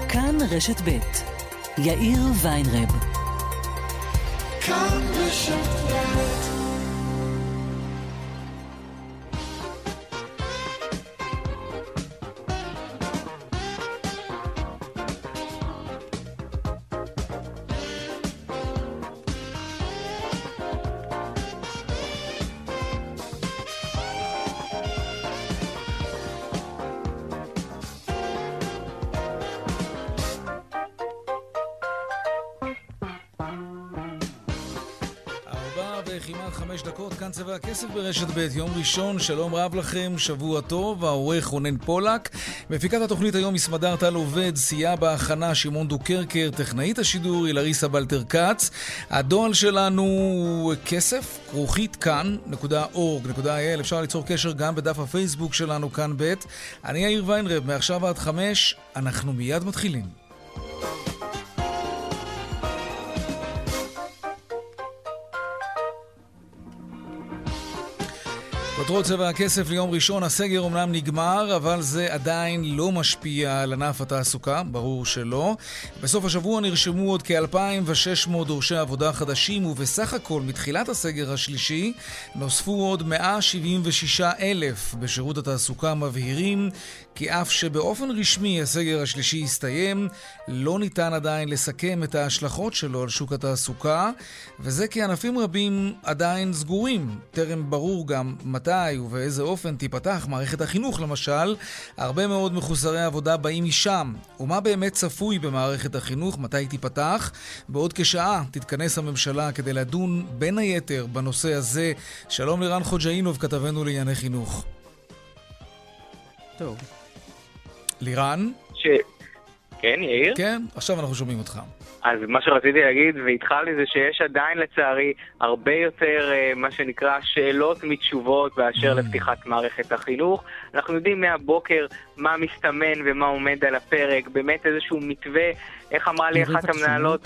כאן רשת ב' יאיר ויינרב. כאן רשת ב'. כמעט 5 דקות, כאן צבע הכסף ברשת ב' יום ראשון, שלום רב לכם, שבוע טוב, העורך רונן פולק. מפיקת התוכנית היום מסמדר טל עובד, סייע בהכנה שמעון דוקרקר, טכנאית השידור היא לריסה בלטר קץ. הדואל שלנו הוא כסף, כרוכית כאן.org.il, אפשר ליצור קשר גם בדף הפייסבוק שלנו כאן ב'. אני יאיר ויינרב, מעכשיו עד 5, אנחנו מיד מתחילים. כותרות צבע הכסף ליום ראשון, הסגר אומנם נגמר, אבל זה עדיין לא משפיע על ענף התעסוקה, ברור שלא. בסוף השבוע נרשמו עוד כ-2,600 דורשי עבודה חדשים, ובסך הכל מתחילת הסגר השלישי נוספו עוד 176,000 בשירות התעסוקה. מבהירים כי אף שבאופן רשמי הסגר השלישי הסתיים, לא ניתן עדיין לסכם את ההשלכות שלו על שוק התעסוקה, וזה כי ענפים רבים עדיין סגורים. טרם ברור גם מתי ובאיזה אופן תיפתח מערכת החינוך למשל. הרבה מאוד מחוסרי עבודה באים משם. ומה באמת צפוי במערכת החינוך? מתי תיפתח? בעוד כשעה תתכנס הממשלה כדי לדון בין היתר בנושא הזה. שלום לירן חוג'אינוב, כתבנו לענייני חינוך. טוב. לירן? כן, יאיר? כן, עכשיו אנחנו שומעים אותך. אז מה שרציתי להגיד והתחלתי זה שיש עדיין לצערי הרבה יותר מה שנקרא שאלות מתשובות באשר לפתיחת מערכת החינוך. אנחנו יודעים מהבוקר מה מסתמן ומה עומד על הפרק, באמת איזשהו מתווה, איך אמרה לי אחת המנהלות,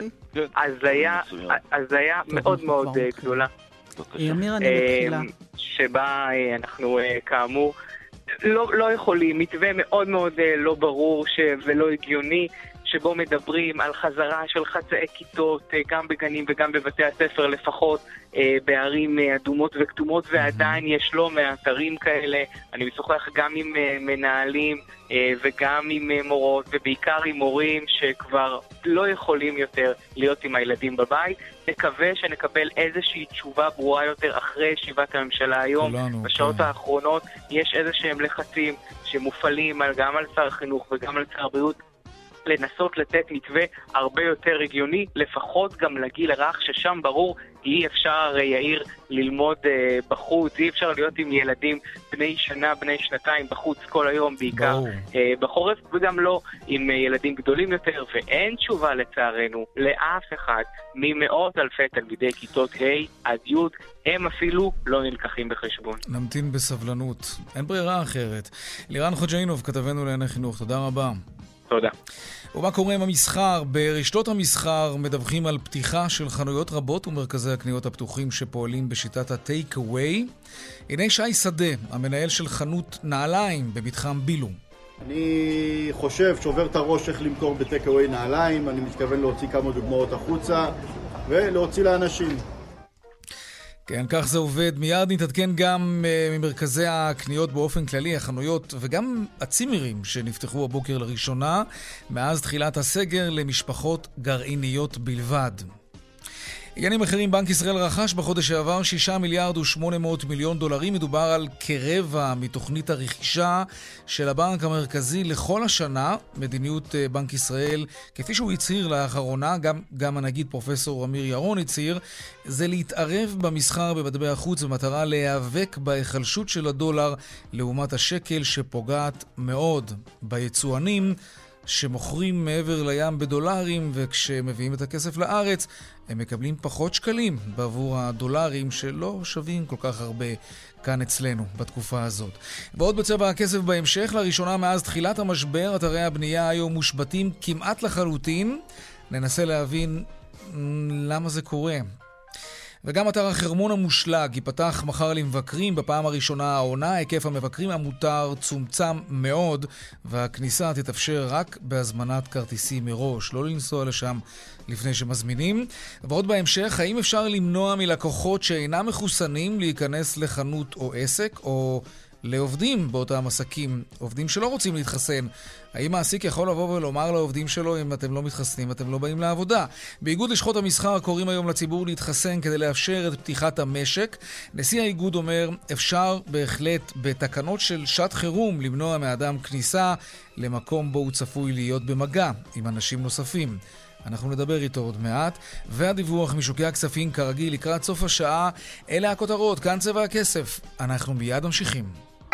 אז היה מאוד מאוד גדולה. אמיר, אני מתחילה. שבה אנחנו כאמור לא יכולים, מתווה מאוד מאוד לא ברור ולא הגיוני, שבו מדברים על חזרה של חצאי כיתות גם בגנים וגם בבתי הספר, לפחות בערים אדומות וכתומות, ועדיין יש לא מאתרים כאלה. אני משוחח גם עם מנהלים וגם עם מורות, ובעיקר עם מורים שכבר לא יכולים יותר להיות עם הילדים בבית. נקווה שנקבל איזושהי תשובה ברורה יותר אחרי ישיבת הממשלה היום. בשעות האחרונות יש איזשהם לחצים שמופעלים גם על שר החינוך וגם על שר הבריאות, לנסות לתת מתווה הרבה יותר הגיוני, לפחות גם לגיל הרך, ששם ברור אי אפשר, יאיר, ללמוד בחוץ, אי אפשר להיות עם ילדים בני שנה, בני שנתיים בחוץ כל היום, בעיקר בחורף, וגם לא עם ילדים גדולים יותר, ואין תשובה לצערנו לאף אחד ממאות אלפי תלמידי כיתות ה' עד י', הם אפילו לא נלקחים בחשבון. נמתין בסבלנות, אין ברירה אחרת. לירן חוג'אינוב, כתבנו לענייני חינוך, תודה רבה. תודה. ומה קורה עם המסחר? ברשתות המסחר מדווחים על פתיחה של חנויות רבות ומרכזי הקניות הפתוחים שפועלים בשיטת הטייק אווי. הנה שי שדה, המנהל של חנות נעליים במתחם בילו. אני חושב שעובר את הראש איך למכור בטייק אווי נעליים. אני מתכוון להוציא כמה דוגמאות החוצה ולהוציא לאנשים. כן, כך זה עובד. מיד נתעדכן גם ממרכזי הקניות באופן כללי, החנויות וגם הצימרים שנפתחו הבוקר לראשונה מאז תחילת הסגר למשפחות גרעיניות בלבד. עניינים אחרים, בנק ישראל רכש בחודש שעבר 6.8 מיליארד דולרים. מדובר על כרבע מתוכנית הרכישה של הבנק המרכזי לכל השנה. מדיניות בנק ישראל, כפי שהוא הצהיר לאחרונה, גם הנגיד פרופסור אמיר ירון הצהיר, זה להתערב במסחר במטבע החוץ במטרה להיאבק בהיחלשות של הדולר לעומת השקל, שפוגעת מאוד ביצואנים שמוכרים מעבר לים בדולרים, וכשמביאים את הכסף לארץ הם מקבלים פחות שקלים בעבור הדולרים שלא שווים כל כך הרבה כאן אצלנו בתקופה הזאת. ועוד בצבע הכסף בהמשך, לראשונה מאז תחילת המשבר אתרי הבנייה היום מושבתים כמעט לחלוטין. ננסה להבין למה זה קורה. וגם אתר החרמון המושלג ייפתח מחר למבקרים. בפעם הראשונה העונה, היקף המבקרים המותר צומצם מאוד, והכניסה תתאפשר רק בהזמנת כרטיסים מראש, לא לנסוע לשם לפני שמזמינים. ועוד בהמשך, האם אפשר למנוע מלקוחות שאינם מחוסנים להיכנס לחנות או עסק, או לעובדים באותם עסקים, עובדים שלא רוצים להתחסן? האם מעסיק יכול לבוא ולומר לעובדים שלו, אם אתם לא מתחסנים, אתם לא באים לעבודה? באיגוד לשכות המסחר קוראים היום לציבור להתחסן כדי לאפשר את פתיחת המשק. נשיא האיגוד אומר, אפשר בהחלט בתקנות של שעת חירום למנוע מאדם כניסה למקום בו הוא צפוי להיות במגע עם אנשים נוספים. אנחנו נדבר איתו עוד מעט. והדיווח משוקי הכספים כרגיל לקראת סוף השעה. אלה הכותרות, כאן צבע הכסף. אנחנו מיד ממשיכים.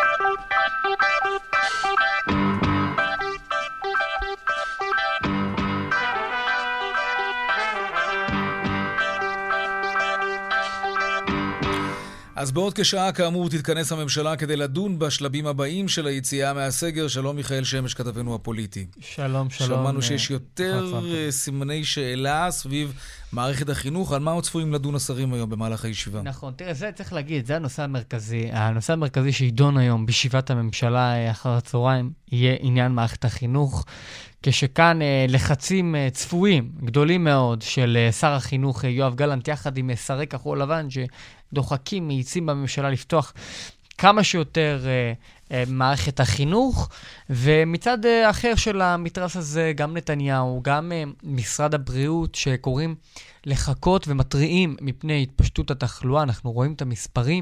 אז בעוד כשעה כאמור תתכנס הממשלה כדי לדון בשלבים הבאים של היציאה מהסגר. שלום מיכאל שמש, כתבנו הפוליטי. שלום, שלום. שמענו שיש יותר סימני שאלה סביב מערכת החינוך. על מה עוד צפויים לדון השרים היום במהלך הישיבה? נכון, תראה, זה צריך להגיד, זה הנושא המרכזי. הנושא המרכזי שידון היום בישיבת הממשלה אחר הצהריים יהיה עניין מערכת החינוך. כשכאן לחצים צפויים גדולים מאוד של שר החינוך יואב גלנט יחד עם שרי כחול לבן שדוחקים מאיצים בממשלה לפתוח כמה שיותר מערכת החינוך, ומצד אחר של המתרס הזה גם נתניהו, גם משרד הבריאות שקוראים לחכות ומטריעים מפני התפשטות התחלואה. אנחנו רואים את המספרים,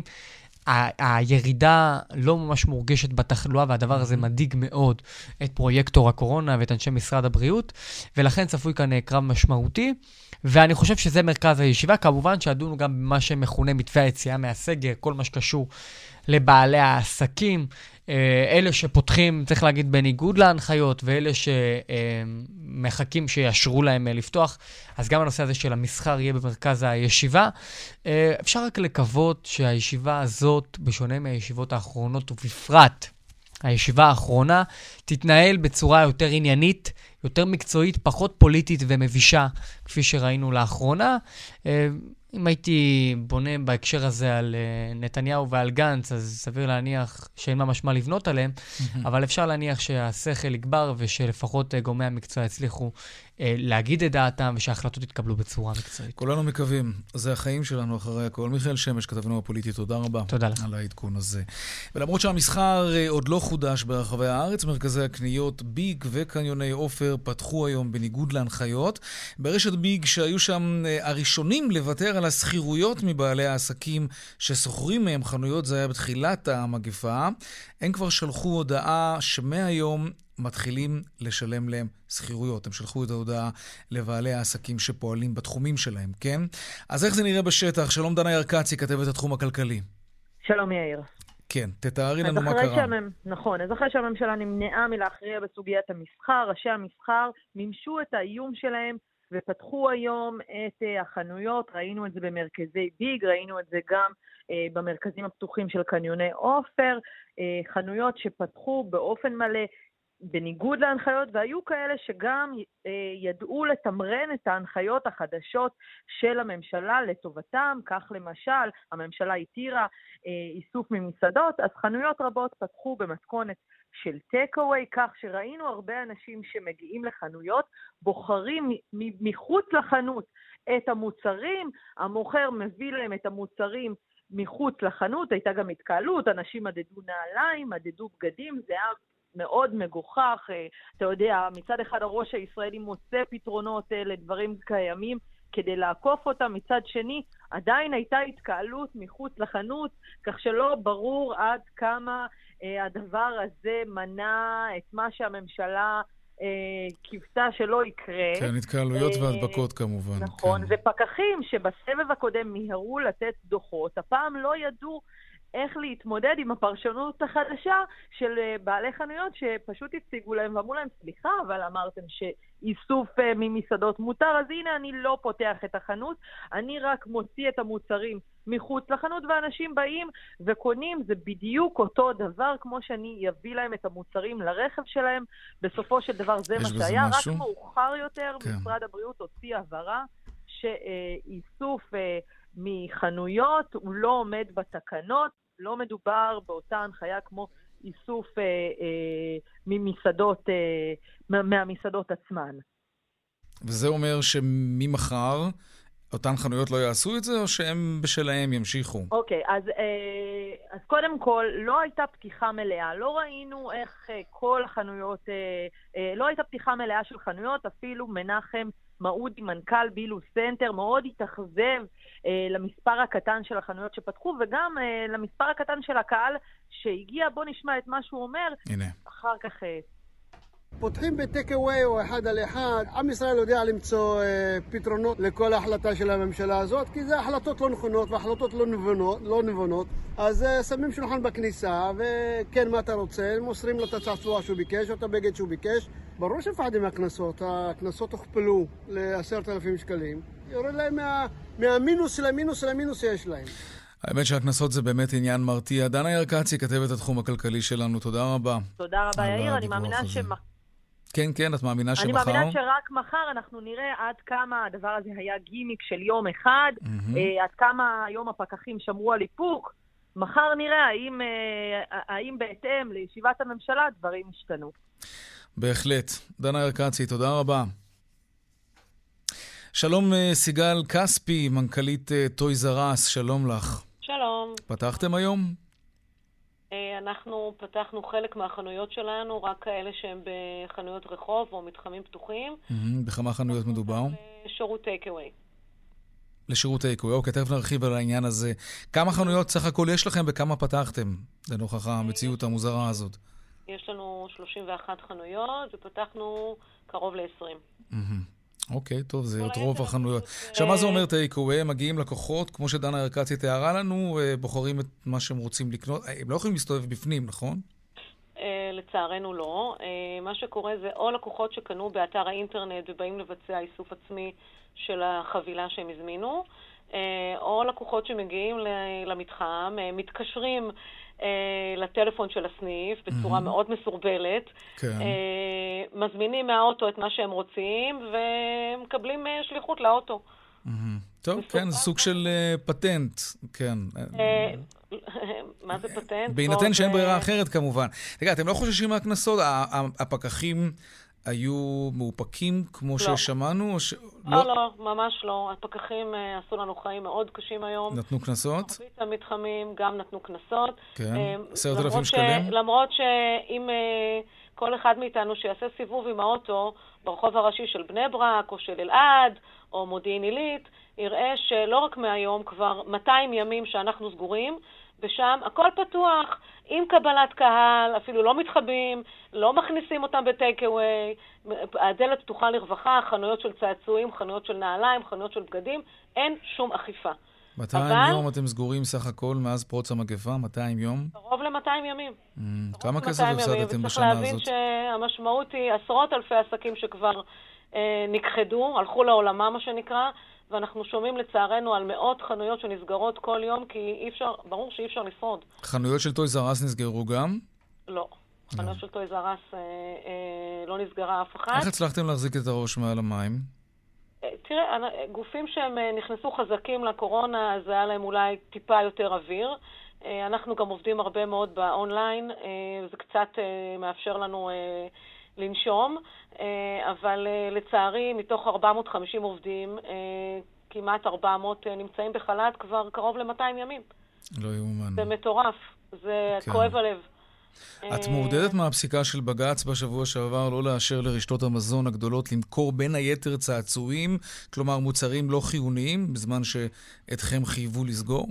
הירידה לא ממש מורגשת בתחלואה, והדבר הזה מדאיג מאוד את פרויקטור הקורונה ואת אנשי משרד הבריאות, ולכן צפוי כאן קרב משמעותי, ואני חושב שזה מרכז הישיבה. כמובן שידונו גם במה שמכונה מתווה היציאה מהסגר, כל מה שקשור לבעלי העסקים, אלה שפותחים, צריך להגיד, בניגוד להנחיות, ואלה שמחכים שיאשרו להם לפתוח. אז גם הנושא הזה של המסחר יהיה במרכז הישיבה. אפשר רק לקוות שהישיבה הזאת, בשונה מהישיבות האחרונות, ובפרט הישיבה האחרונה, תתנהל בצורה יותר עניינית, יותר מקצועית, פחות פוליטית ומבישה, כפי שראינו לאחרונה. אם הייתי בונה בהקשר הזה על נתניהו ועל גנץ, אז סביר להניח שאין ממש מה לבנות עליהם, אבל אפשר להניח שהשכל יגבר ושלפחות גורמי המקצוע יצליחו להגיד את דעתם ושההחלטות יתקבלו בצורה מקצועית. כולנו מקווים. זה החיים שלנו אחרי הכל. מיכאל שמש, כתבנו הפוליטי, תודה רבה. תודה לך. על העדכון הזה. ולמרות שהמסחר עוד לא חודש ברחבי הארץ, מרכזי הקניות ביג וקניוני עופר פתחו היום בניגוד להנחיות. ברשת ביג שהיו שם הראשונים לוותר על הסחירויות מבעלי העסקים שסוחרים מהם חנויות, זה היה בתחילת המגפה. הם כבר שלחו הודעה שמהיום מתחילים לשלם להם סחירויות. הם שלחו את ההודעה לבעלי העסקים שפועלים בתחומים שלהם, כן? אז איך זה נראה בשטח? שלום דנה ירקצי, כתבת התחום הכלכלי. שלום יאיר. כן, תתארי לנו מה קרה. נכון, אז אחרי שהממשלה נמנעה מלהכריע בסוגיית המסחר, ראשי המסחר מימשו את האיום שלהם ופתחו היום את החנויות. ראינו את זה במרכזי ביג, ראינו את זה גם במרכזים הפתוחים של קניוני עופר, חנויות שפתחו באופן מלא בניגוד להנחיות, והיו כאלה שגם ידעו לתמרן את ההנחיות החדשות של הממשלה לטובתם. כך למשל, הממשלה התירה איסוף ממסעדות, אז חנויות רבות פתחו במתכונת של טייק-אווי, כך שראינו הרבה אנשים שמגיעים לחנויות, בוחרים מחוץ לחנות את המוצרים, המוכר מביא להם את המוצרים מחוץ לחנות. הייתה גם התקהלות, אנשים מדדו נעליים, מדדו בגדים, זה היה מאוד מגוחך. אתה יודע, מצד אחד הראש הישראלי מוצא פתרונות לדברים קיימים כדי לעקוף אותם, מצד שני עדיין הייתה התקהלות מחוץ לחנות, כך שלא ברור עד כמה הדבר הזה מנע את מה שהממשלה קיוותה שלא יקרה. כן, התקהלויות והדבקות כמובן. נכון, כן. ופקחים שבסבב הקודם מיהרו לתת דוחות, הפעם לא ידעו איך להתמודד עם הפרשנות החדשה של בעלי חנויות שפשוט הציגו להם ואמרו להם, סליחה, אבל אמרתם שאיסוף ממסעדות מותר, אז הנה אני לא פותח את החנות, אני רק מוציא את המוצרים מחוץ לחנות, ואנשים באים וקונים. זה בדיוק אותו דבר כמו שאני אביא להם את המוצרים לרכב שלהם. בסופו של דבר זה מה שהיה, רק מאוחר יותר כן. משרד הבריאות הוציא הבהרה שאיסוף מחנויות, הוא לא עומד בתקנות, לא מדובר באותה הנחיה כמו איסוף מהמסעדות עצמן. וזה אומר שממחר אותן חנויות לא יעשו את זה, או שהם בשלהם ימשיכו? אוקיי, אז קודם כל, לא הייתה פתיחה מלאה. לא ראינו איך כל החנויות, לא הייתה פתיחה מלאה של חנויות, אפילו מנחם מעודי, מנכ"ל בילו סנטר, מאוד התאכזב למספר הקטן של החנויות שפתחו, וגם למספר הקטן של הקהל שהגיע. בוא נשמע את מה שהוא אומר. הנה. אחר כך... פותחים בטייק אווי או אחד על אחד. עם ישראל יודע למצוא פתרונות לכל ההחלטה של הממשלה הזאת, כי זה החלטות לא נכונות והחלטות לא נבונות. אז שמים שולחן בכניסה, וכן, מה אתה רוצה? מוסרים לו את הצעצוע שהוא ביקש או את הבגד שהוא ביקש. ברור שמפחדים מהקנסות. הקנסות הוכפלו ל10,000 שקלים. יורד להם מהמינוס למינוס שיש להם. האמת שהקנסות זה באמת עניין מרתיע. דנה ירקצי, כתבת התחום הכלכלי שלנו, תודה רבה. תודה רבה, יאיר. אני מאמינה כן, את מאמינה שמחר? אני מאמינה שרק מחר אנחנו נראה עד כמה הדבר הזה היה גימיק של יום אחד, עד כמה היום הפקחים שמרו על איפוק. מחר נראה האם בהתאם לישיבת הממשלה דברים השתנו. בהחלט. דנה ירקצי, תודה רבה. שלום סיגל כספי, מנכ"לית טויז אר אס, שלום לך. שלום. פתחתם היום? אנחנו פתחנו חלק מהחנויות שלנו, רק כאלה שהם בחנויות רחוב או מתחמים פתוחים. בכמה חנויות מדובר? לשירות טייק-אווי. לשירות טייק-אווי, אוקיי, תכף נרחיב על העניין הזה. כמה חנויות סך הכל יש לכם וכמה פתחתם? לנוכח המציאות המוזרה הזאת. יש לנו 31 חנויות ופתחנו קרוב ל-20. אוקיי, טוב, זה את רוב החנויות. עכשיו, מה זה אומר טייק-אווי? מגיעים לקוחות, כמו שדנה ירקצי תיארה לנו, בוחרים את מה שהם רוצים לקנות. הם לא יכולים להסתובב בפנים, נכון? לצערנו לא. מה שקורה זה או לקוחות שקנו באתר האינטרנט ובאים לבצע איסוף עצמי של החבילה שהם הזמינו, או לקוחות שמגיעים למתחם, מתקשרים לטלפון של הסניף בצורה מאוד מסורבלת, מזמינים מהאוטו את מה שהם רוצים ומקבלים שליחות לאוטו. טוב, כן, סוג של פטנט, כן. מה זה פטנט? בהינתן שאין ברירה אחרת כמובן. תראה, אתם לא חוששים מהקנסות? הפקחים היו מאופקים כמו ששמענו? לא, ממש לא. הפקחים עשו לנו חיים מאוד קשים היום. נתנו קנסות? מרבית המתחמים גם נתנו קנסות. כן, 10,000 שקלים. למרות שאם כל אחד מאיתנו שיעשה סיבוב עם האוטו ברחוב הראשי של בני ברק או של אלעד או מודיעין עילית, יראה שלא רק מהיום, כבר 200 ימים שאנחנו סגורים, ושם הכל פתוח, עם קבלת קהל, אפילו לא מתחבים, לא מכניסים אותם בטייק-אווי, הדלת פתוחה לרווחה, חנויות של צעצועים, חנויות של נעליים, חנויות של בגדים, אין שום אכיפה. 200 יום אתם סגורים סך הכל מאז פרוץ המגפה? 200 יום? קרוב ל-200 ימים. כמה כסף הפסדתם בשנה הזאת? צריך להבין שהמשמעות היא עשרות אלפי עסקים שכבר נכחדו, הלכו לעולמה מה שנקרא, ואנחנו שומעים לצערנו על מאות חנויות שנסגרות כל יום, כי ברור שאי אפשר לשרוד. חנויות של טויז אר אס נסגרו גם? לא. חנויות של טויז אר אס לא נסגרה אף אחד. איך הצלחתם להחזיק את הראש מעל המים? תראה, גופים שהם נכנסו חזקים לקורונה, אז היה להם אולי טיפה יותר אוויר. אנחנו גם עובדים הרבה מאוד באונליין, זה קצת מאפשר לנו לנשום, אבל לצערי מתוך 450 עובדים, כמעט 400 נמצאים בחל"ת כבר קרוב ל-200 ימים. לא יאומן. זה מטורף, זה כואב הלב. את מעודדת מהפסיקה של בג"ץ בשבוע שעבר לא לאשר לרשתות המזון הגדולות למכור בין היתר צעצועים, כלומר מוצרים לא חיוניים, בזמן שאתכם חייבו לסגור?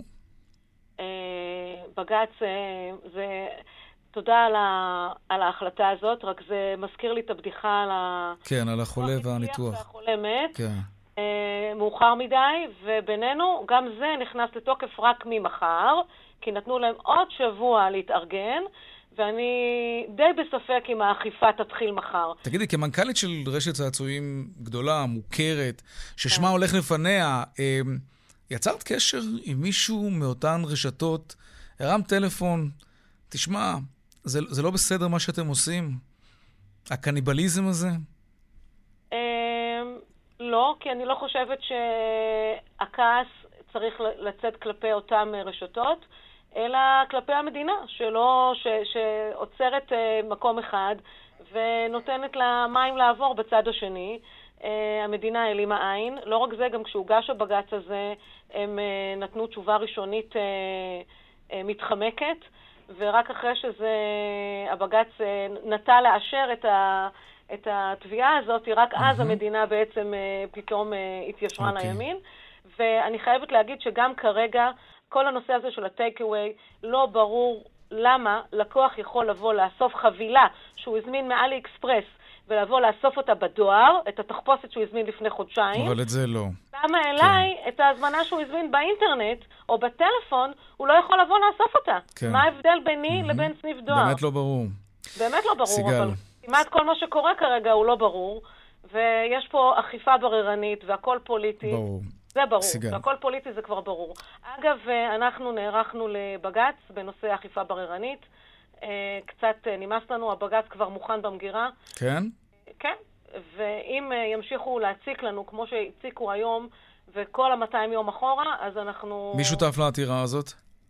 בג"ץ זה... תודה על ההחלטה הזאת, רק זה מזכיר לי את הבדיחה על כן, על החולה והניתוח. והחולה מת. כן. מאוחר מדי, ובינינו גם זה נכנס לתוקף רק ממחר, כי נתנו להם עוד שבוע להתארגן, ואני די בספק אם האכיפה תתחיל מחר. תגידי, כמנכ"לית של רשת צעצועים גדולה, מוכרת, ששמה הולך לפניה, יצרת קשר עם מישהו מאותן רשתות, הרם טלפון, תשמע, זה לא בסדר מה שאתם עושים? הקניבליזם הזה? לא, כי אני לא חושבת שהכעס צריך לצאת כלפי אותם רשתות, אלא כלפי המדינה, שעוצרת מקום אחד ונותנת לה מים לעבור בצד השני. המדינה העלימה עין. לא רק זה, גם כשהוגש הבג"ץ הזה, הם נתנו תשובה ראשונית מתחמקת, ורק אחרי שזה הבג"ץ נטה לאשר את התביעה הזאת, רק אז המדינה בעצם פתאום התיישרה לימין. ואני חייבת להגיד שגם כרגע כל הנושא הזה של הטייק-אווי לא ברור למה לקוח יכול לבוא לאסוף חבילה שהוא הזמין מאלי אקספרס ולבוא לאסוף אותה בדואר, את התחפושת שהוא הזמין לפני חודשיים. אבל את זה לא. למה אליי את ההזמנה שהוא הזמין באינטרנט או בטלפון, הוא לא יכול לבוא לאסוף אותה. כן. מה ההבדל ביני לבין סניף דואר? באמת לא ברור. באמת לא ברור, סיגל. אבל כמעט כל מה שקורה כרגע הוא לא ברור, ויש פה אכיפה בררנית והכל פוליטי. ברור. זה ברור, סיגל. והכל פוליטי זה כבר ברור. אגב, אנחנו נערכנו לבג"ץ בנושא אכיפה בררנית. קצת נמאס לנו, הבג"ץ כבר מוכן במגירה. כן? כן, ואם ימשיכו להציק לנו כמו שהציקו היום וכל 200 יום אחורה, אז אנחנו... מי שותף לעתירה הזאת?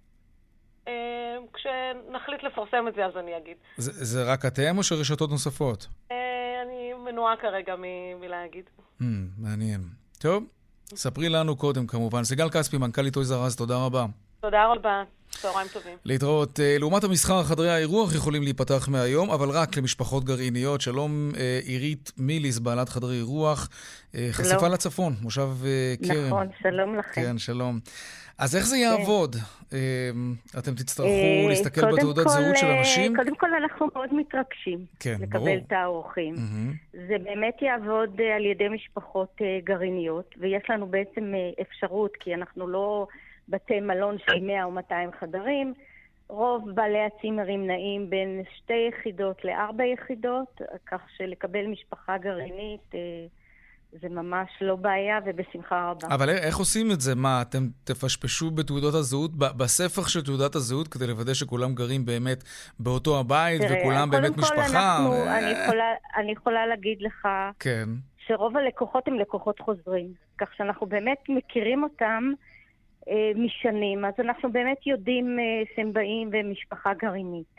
כשנחליט לפרסם את זה, אז אני אגיד. זה רק אתם או שרשתות נוספות? אני מנועה כרגע מלהגיד. מעניין. טוב, ספרי לנו קודם כמובן. סיגל כספי, מנכ"לית טויז אר אס, תודה רבה. תודה רבה. צהריים טובים. להתראות. לעומת המסחר, חדרי האירוח יכולים להיפתח מהיום, אבל רק למשפחות גרעיניות. שלום, עירית מיליס, בעלת חדרי אירוח. חשיפה לצפון, מושב קרם. נכון, שלום לכם. כן, שלום. אז איך זה יעבוד? אתם תצטרכו להסתכל בתעודת זהות של אנשים? קודם כל אנחנו מאוד מתרגשים לקבל את האורחים. זה באמת יעבוד על ידי משפחות גרעיניות, ויש לנו בעצם אפשרות, כי אנחנו לא בתי מלון של 100 או 200 חדרים. רוב בעלי הצימרים נעים בין 2 יחידות ל4 יחידות, כך שלקבל משפחה גרעינית זה ממש לא בעיה ובשמחה רבה. אבל איך עושים את זה? מה, אתם תפשפשו בתעודות הזהות, בספר של תעודת הזהות, כדי לוודא שכולם גרים באמת באותו הבית, וכולם באמת משפחה? אני יכולה להגיד לך שרוב הלקוחות הם לקוחות חוזרים, כך שאנחנו באמת מכירים אותם משנים, אז אנחנו באמת יודעים שהם באים ומשפחה גרעינית.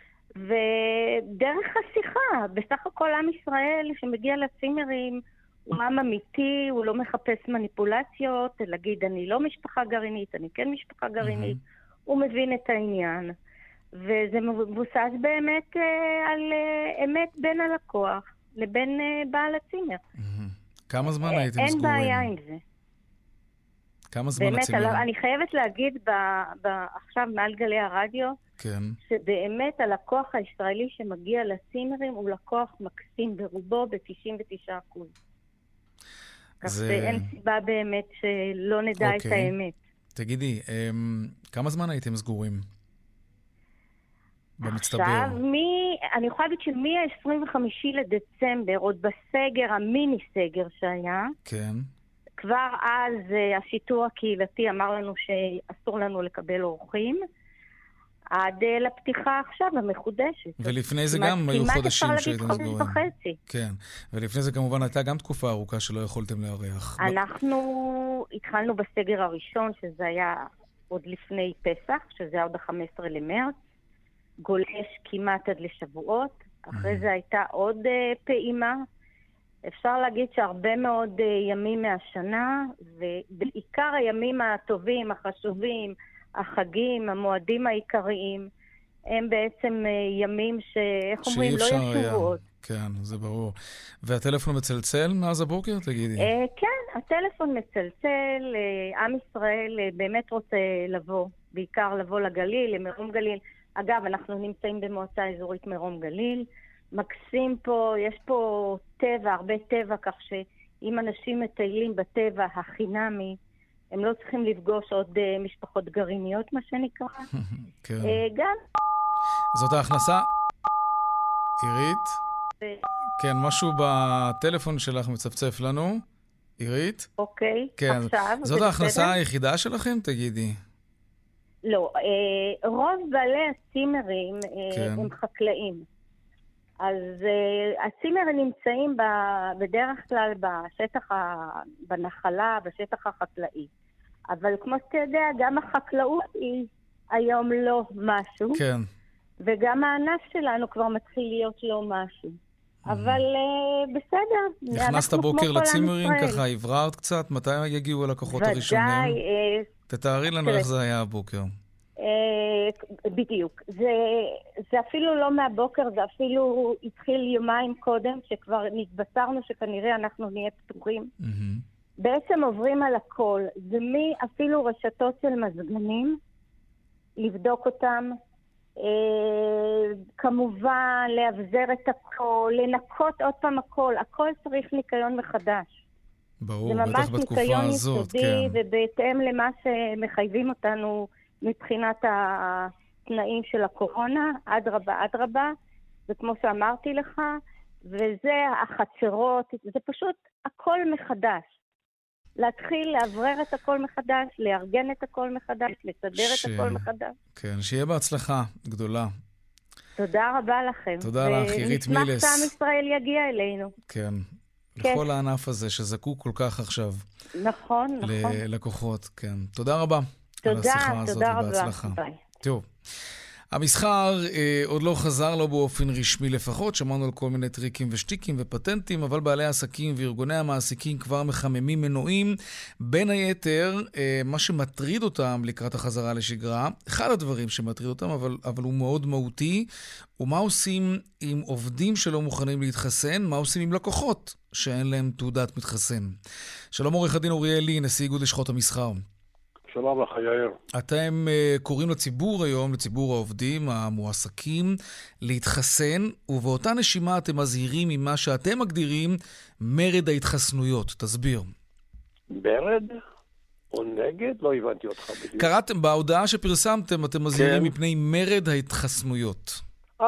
ודרך השיחה, בסך הכל עם ישראל שמגיע לצימרים, הוא עם אמיתי, הוא לא מחפש מניפולציות, להגיד אני לא משפחה גרעינית, אני כן משפחה גרעינית, הוא מבין את העניין. וזה מבוסס באמת על אמת בין הלקוח לבין בעל הצימר. כמה זמן הייתם סגורים? אין בעיה עם זה. כמה זמן הצימר? באמת, אני חייבת להגיד עכשיו מעל גלי הרדיו, שבאמת הלקוח הישראלי שמגיע לצימרים הוא לקוח מקסים ברובו ב-99%. כך שאין סיבה באמת שלא נדע את האמת. תגידי, כמה זמן הייתם סגורים? במצטבר. עכשיו, אני יכולה להגיד שמ-25 לדצמבר, עוד בסגר, המיני סגר שהיה, כבר אז השיטור הקהילתי אמר לנו שאסור לנו לקבל אורחים, עד לפתיחה עכשיו המחודשת. ולפני זה גם היו חודשים שהייתם סגורים. כמעט אפשר להגיד חודש וחצי. כן, ולפני זה כמובן הייתה גם תקופה ארוכה שלא יכולתם לארח. אנחנו התחלנו בסגר הראשון, שזה היה עוד לפני פסח, שזה היה עוד ה-15 למרץ, גולש כמעט עד לשבועות, אחרי זה הייתה עוד פעימה, אפשר להגיד שהרבה מאוד ימים מהשנה, ובעיקר הימים הטובים, החשובים, החגים, המועדים העיקריים, הם בעצם ימים שאיך אומרים, לא ישובו עוד. כן, זה ברור. והטלפון מצלצל מאז הבוקר, תגידי? כן, הטלפון מצלצל, עם ישראל באמת רוצה לבוא, בעיקר לבוא לגליל, למרום גליל. אגב, אנחנו נמצאים במועצה אזורית מרום גליל, מקסים פה, יש פה טבע, הרבה טבע, כך שאם אנשים מטיילים בטבע החינמי, הם לא צריכים לפגוש עוד משפחות גרעיניות, מה שנקרא. כן. גם... זאת ההכנסה. עירית? כן, משהו בטלפון שלך מצפצף לנו. עירית? אוקיי, כן. עכשיו. זאת ההכנסה היחידה שלכם, תגידי? לא, רוב בעלי הצימרים הם חקלאים. אז הצימרים נמצאים בדרך כלל בשטח, בנחלה, בשטח החקלאי. אבל כמו שאתה יודע, גם החקלאות היא היום לא משהו. כן. וגם הענף שלנו כבר מתחיל להיות לא משהו. אבל בסדר. נכנסת בוקר לצימרים, ככה עברת קצת? מתי יגיעו הלקוחות הראשונים? ודאי. תתארי לנו איך זה היה הבוקר. בדיוק. זה אפילו לא מהבוקר, זה אפילו התחיל יומיים קודם, שכבר נתבשרנו שכנראה אנחנו נהיה פתוחים. בעצם עוברים על הכל. זה אפילו רשתות של מזגנים, לבדוק אותם, כמובן להבזר את הכל, לנקות עוד פעם הכל צריך ניקיון מחדש. ברור, בטח בתקופה הזאת, כן. זה ממש ניקיון יסודי, ובהתאם למה שמחייבים אותנו מבחינת התנאים של הקורונה, אדרבה, וכמו שאמרתי לך, וזה החצרות, זה פשוט הכל מחדש. להתחיל לאוורר את הכל מחדש, לארגן את הכל מחדש, לסדר את הכל מחדש. כן, שיהיה בהצלחה גדולה. תודה רבה לכם. תודה לך, עירית מילס. ונשמח שעם ישראל יגיע אלינו. כן, לכל הענף הזה שזקוק כל כך עכשיו. נכון. ללקוחות, כן. תודה רבה על השיחה הזאת ובהצלחה. ביי. טוב. המסחר עוד לא חזר לו באופן רשמי לפחות, שמענו על כל מיני טריקים ושטיקים ופטנטים, אבל בעלי העסקים וארגוני המעסיקים כבר מחממים מנועים. בין היתר, מה שמטריד אותם לקראת החזרה לשגרה, אחד הדברים שמטריד אותם, אבל הוא מאוד מהותי, הוא מה עושים עם עובדים שלא מוכנים להתחסן, מה עושים עם לקוחות שאין להם תעודת מתחסן. שלום עורך הדין אוריאלי, נשיא איגוד לשכות המסחר. שלום לך, יאיר. אתם קוראים לציבור היום, לציבור העובדים, המועסקים, להתחסן, ובאותה נשימה אתם מזהירים ממה שאתם מגדירים מרד ההתחסנויות. תסביר. מרד או נגד? לא הבנתי אותך בדיוק. קראתם, בהודעה שפרסמתם, אתם מזהירים מפני מרד ההתחסנויות.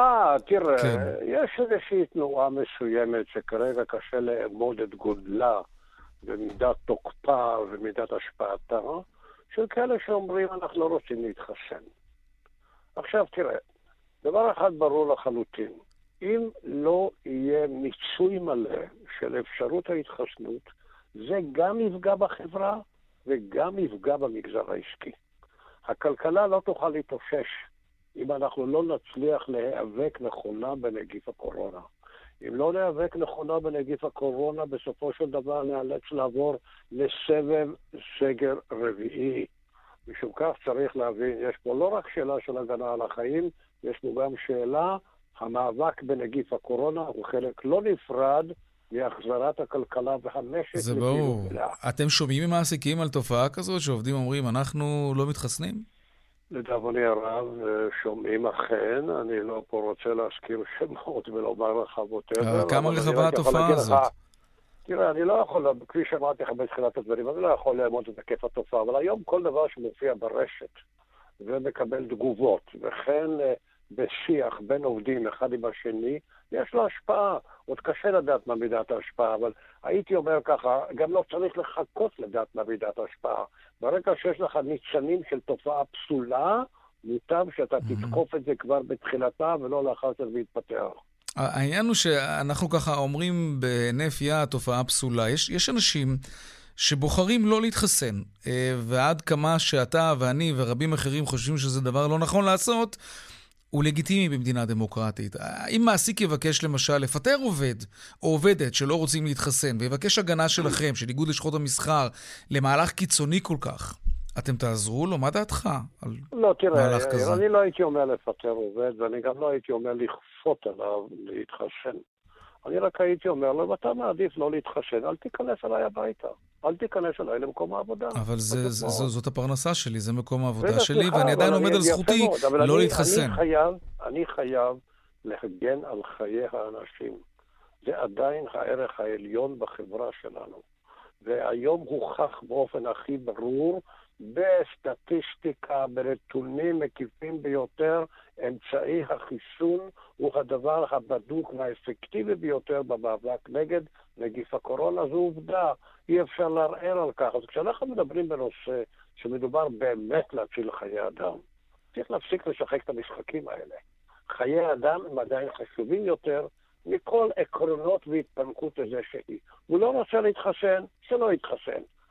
תראה, כן. יש איזושהי תנועה מסוימת שכרגע קשה לאמוד את גודלה, ומידת תוקפה ומידת השפעתה, של כאלה שאומרים אנחנו לא רוצים להתחסן. עכשיו תראה, דבר אחד ברור לחלוטין, אם לא יהיה מיצוי מלא של אפשרות ההתחסנות, זה גם יפגע בחברה וגם יפגע במגזר העסקי. הכלכלה לא תוכל להתאושש אם אנחנו לא נצליח להיאבק נכונה בנגיף הקורונה. אם לא להיאבק נכונה בנגיף הקורונה, בסופו של דבר נאלץ לעבור לסבב סגר רביעי. משום כך צריך להבין, יש פה לא רק שאלה של הגנה על החיים, יש פה גם שאלה, המאבק בנגיף הקורונה הוא חלק לא נפרד מהחזרת הכלכלה והמשק. זה ברור. אתם שומעים ממעסיקים על תופעה כזאת שעובדים אומרים, אנחנו לא מתחסנים? לדאבוני הרב, שומעים אכן, אני לא פה רוצה להזכיר שמות ולומר לך ווטאבר. כמה רחבה התופעה הזאת? תראה, אני לא יכול, כפי שאמרתי לך בתחילת הדברים, אני לא יכול לאמוד את היקף התופעה, אבל היום כל דבר שמופיע ברשת ומקבל תגובות, וכן בשיח בין עובדים אחד עם השני, יש לו השפעה. עוד קשה לדעת מה מידת ההשפעה, אבל הייתי אומר ככה, גם לא צריך לחכות לדעת מה מידת ההשפעה. ברגע שיש לך ניצנים של תופעה פסולה, מוטב שאתה תתקוף את זה כבר בתחילתה ולא לאחר שזה מתפתח. העניין הוא שאנחנו ככה אומרים בהינף יד תופעה פסולה. יש אנשים שבוחרים לא להתחסן, ועד כמה שאתה ואני ורבים אחרים חושבים שזה דבר לא נכון לעשות, הוא לגיטימי במדינה דמוקרטית. אם מעסיק יבקש למשל לפטר עובד או עובדת שלא רוצים להתחסן, ויבקש הגנה שלכם, של איגוד לשכות המסחר, למהלך קיצוני כל כך, אתם תעזרו לו? מה דעתך על לא, תראה, מהלך כזה? אני לא הייתי אומר לפטר עובד, ואני גם לא הייתי אומר לכפות עליו להתחסן. אני רק הייתי אומר לו, ואתה מעדיף לא להתחסן, אל תיכנס אליי הביתה. אל תיכנס אליי למקום העבודה. אבל זאת הפרנסה שלי, זה מקום העבודה שלי, ואני עדיין עומד על זכותי לא להתחסן. אני חייב להגן על חיי האנשים. זה עדיין הערך העליון בחברה שלנו. והיום הוכח באופן הכי ברור, בסטטיסטיקה, בנתונים מקיפים ביותר, אמצעי החיסון הוא הדבר הבדוק והאפקטיבי ביותר במאבק נגד נגיף הקורונה. זו עובדה, אי אפשר לערער על כך. אז כשאנחנו מדברים בנושא שמדובר באמת להציל חיי אדם, צריך להפסיק לשחק את המשחקים האלה. חיי אדם הם עדיין חשובים יותר מכל עקרונות והתפנקות הזה שהיא. הוא לא רוצה להתחסן, שלא יתחסן.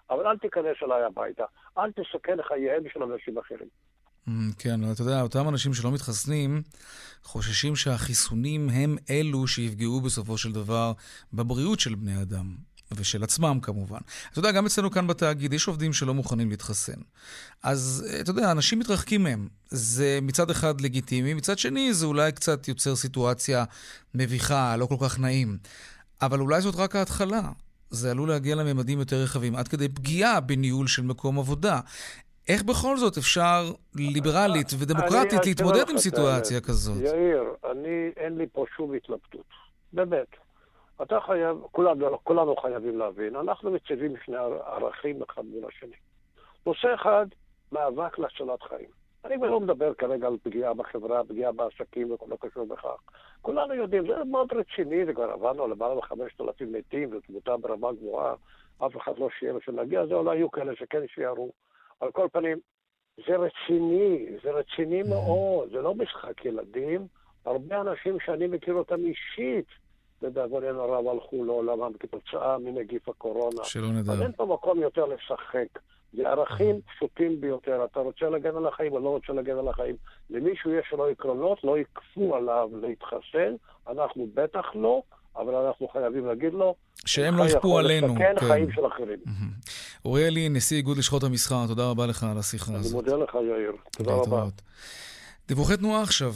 אבל אל תיכנס אליי הביתה, אל תסכן חייהם של אנשים אחרים. כן, אתה יודע, אותם אנשים שלא מתחסנים חוששים שהחיסונים הם אלו שיפגעו בסופו של דבר בבריאות של בני אדם. ושל עצמם כמובן. אתה יודע, גם אצלנו כאן בתאגיד יש עובדים שלא מוכנים להתחסן. אז אתה יודע, אנשים מתרחקים מהם. זה מצד אחד לגיטימי, מצד שני זה אולי קצת יוצר סיטואציה מביכה, לא כל כך נעים. אבל אולי זאת רק ההתחלה. זה עלול להגיע לממדים יותר רחבים, עד כדי פגיעה בניהול של מקום עבודה. איך בכל זאת אפשר ליברלית ודמוקרטית להתמודד עם סיטואציה כזאת? יאיר, אין לי פה שום התלבטות. באמת. אתה חייב, כולנו חייבים להבין, אנחנו מציבים שני ערכים אחד מול השני. נושא אחד, מאבק להצלת חיים. אני לא מדבר כרגע על פגיעה בחברה, פגיעה בעסקים וכל הקשור בכך. כולנו יודעים, זה מאוד רציני, זה כבר עברנו למעלה מ-5,000 מתים, ותמותה ברמה גבוהה, אף אחד לא שייך שנגיע, זה אולי יהיו כאלה שכן שיערו. על כל פנים, זה רציני מאוד, זה לא משחק ילדים. הרבה אנשים שאני מכיר אותם אישית, לדאבוננו הרב הלכו לעולמם כתוצאה מנגיף הקורונה. שלא נדע. אז אין פה מקום יותר לשחק. זה ערכים פשוטים ביותר. אתה רוצה להגן על החיים או לא רוצה להגן על החיים. למישהו יש לו עקרונות, לא יקפו עליו להתחסן. אנחנו בטח לא, אבל אנחנו חייבים להגיד לו שהם לא יכפו עלינו. כן, חיים של אחרים. אוריאל לין, נשיא איגוד לשכות המסחר, תודה רבה לך על השיחה הזאת. אני מודה לך, יאיר. תודה רבה. דיווחי תנועה עכשיו.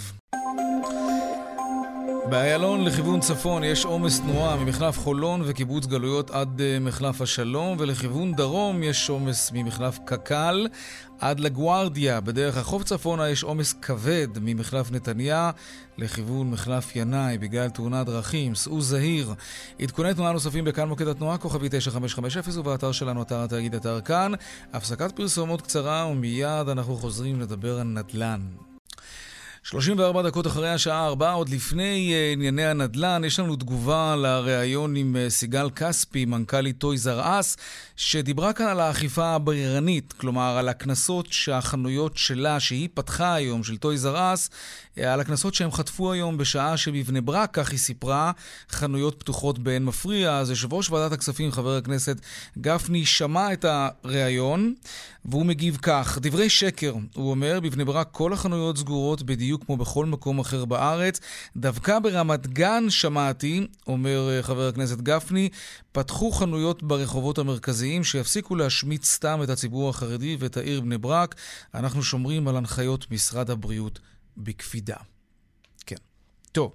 באיילון לכיוון צפון יש עומס תנועה ממחלף חולון וקיבוץ גלויות עד מחלף השלום, ולכיוון דרום יש עומס ממחלף קקל עד לגוארדיה. בדרך החוף צפונה יש עומס כבד ממחלף נתניה לכיוון מחלף ינאי בגלל תאונת דרכים. סעו זהיר. עדכוני תנועה נוספים בכאן מוקד התנועה, כוכבי 9550, ובאתר שלנו, אתר התאגיד, אתר כאן. הפסקת פרסומות קצרה ומיד אנחנו חוזרים לדבר על נדל"ן. 34 דקות אחרי השעה 4, עוד לפני ענייני הנדל"ן, יש לנו תגובה לראיון עם סיגל כספי, מנכ"לית טויז אר אס, שדיברה כאן על האכיפה הבררנית, כלומר על הקנסות שהחנויות שלה, שהיא פתחה היום, של טויז אר אס, על הקנסות שהם חטפו היום בשעה שבבני ברק, כך היא סיפרה, חנויות פתוחות באין מפריע. אז יושב ראש ועדת הכספים, חבר הכנסת גפני, שמע את הראיון, והוא מגיב כך: דברי שקר, הוא אומר, בבני ברק כל החנויות סגורות בדיוק כמו בכל מקום אחר בארץ. דווקא ברמת גן שמעתי, אומר חבר הכנסת גפני, פתחו חנויות ברחובות המרכזיים שיפסיקו להשמיץ סתם את הציבור החרדי ואת העיר בני ברק. אנחנו שומרים על הנחיות משרד הבריאות בקפידה. כן. טוב.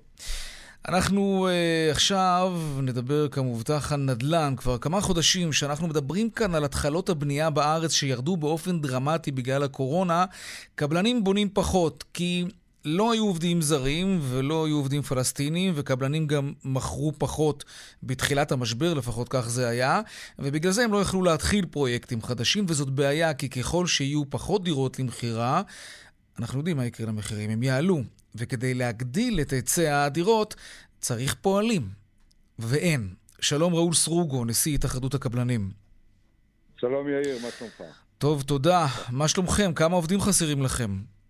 אנחנו עכשיו נדבר כמובטח על נדל"ן. כבר כמה חודשים שאנחנו מדברים כאן על התחלות הבנייה בארץ שירדו באופן דרמטי בגלל הקורונה. קבלנים בונים פחות כי לא היו עובדים זרים ולא היו עובדים פלסטינים, וקבלנים גם מכרו פחות בתחילת המשבר, לפחות כך זה היה, ובגלל זה הם לא יכלו להתחיל פרויקטים חדשים, וזאת בעיה, כי ככל שיהיו פחות דירות למחירה, אנחנו יודעים מה יקרה למחירים, הם יעלו, וכדי להגדיל את היצע הדירות צריך פועלים, ואין. שלום ראול סרוגו, נשיא התאחדות הקבלנים. שלום יאיר, מה שלומך? טוב, תודה. מה שלומכם? כמה עובדים חסרים לכם?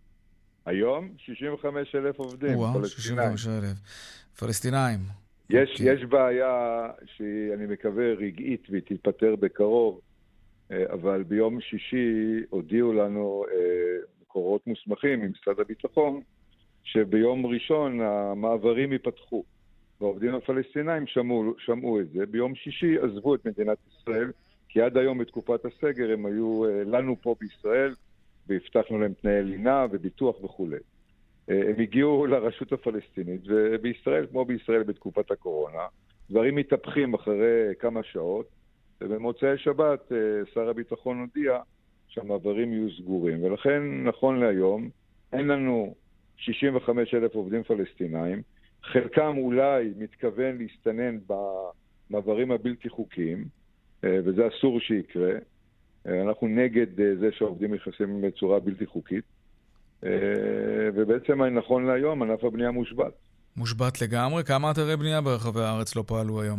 היום 65,000 עובדים, פלסטינאים. 65,000. פלסטינאים. יש בעיה שאני מקווה רגעית והיא תתפטר בקרוב, אבל ביום שישי הודיעו לנו מקורות מוסמכים ממשרד הביטחון, שביום ראשון המעברים ייפתחו. והעובדים הפלסטינאים שמעו את זה. ביום שישי עזבו את מדינת ישראל, כי עד היום בתקופת הסגר הם היו לנו פה בישראל, והבטחנו להם תנאי לינה וביטוח וכו'. הם הגיעו לרשות הפלסטינית, ובישראל, כמו בישראל בתקופת הקורונה, דברים מתהפכים אחרי כמה שעות, ובמוצאי שבת שר הביטחון הודיע שהמעברים יהיו סגורים, ולכן נכון להיום אין לנו 65,000 עובדים פלסטינאים, חלקם אולי מתכוון להסתנן במעברים הבלתי חוקיים, וזה אסור שיקרה. אנחנו נגד זה שהעובדים נכנסים בצורה בלתי חוקית, ובעצם נכון להיום ענף הבנייה מושבת. מושבת לגמרי? כמה אתרי בנייה ברחבי הארץ לא פעלו היום?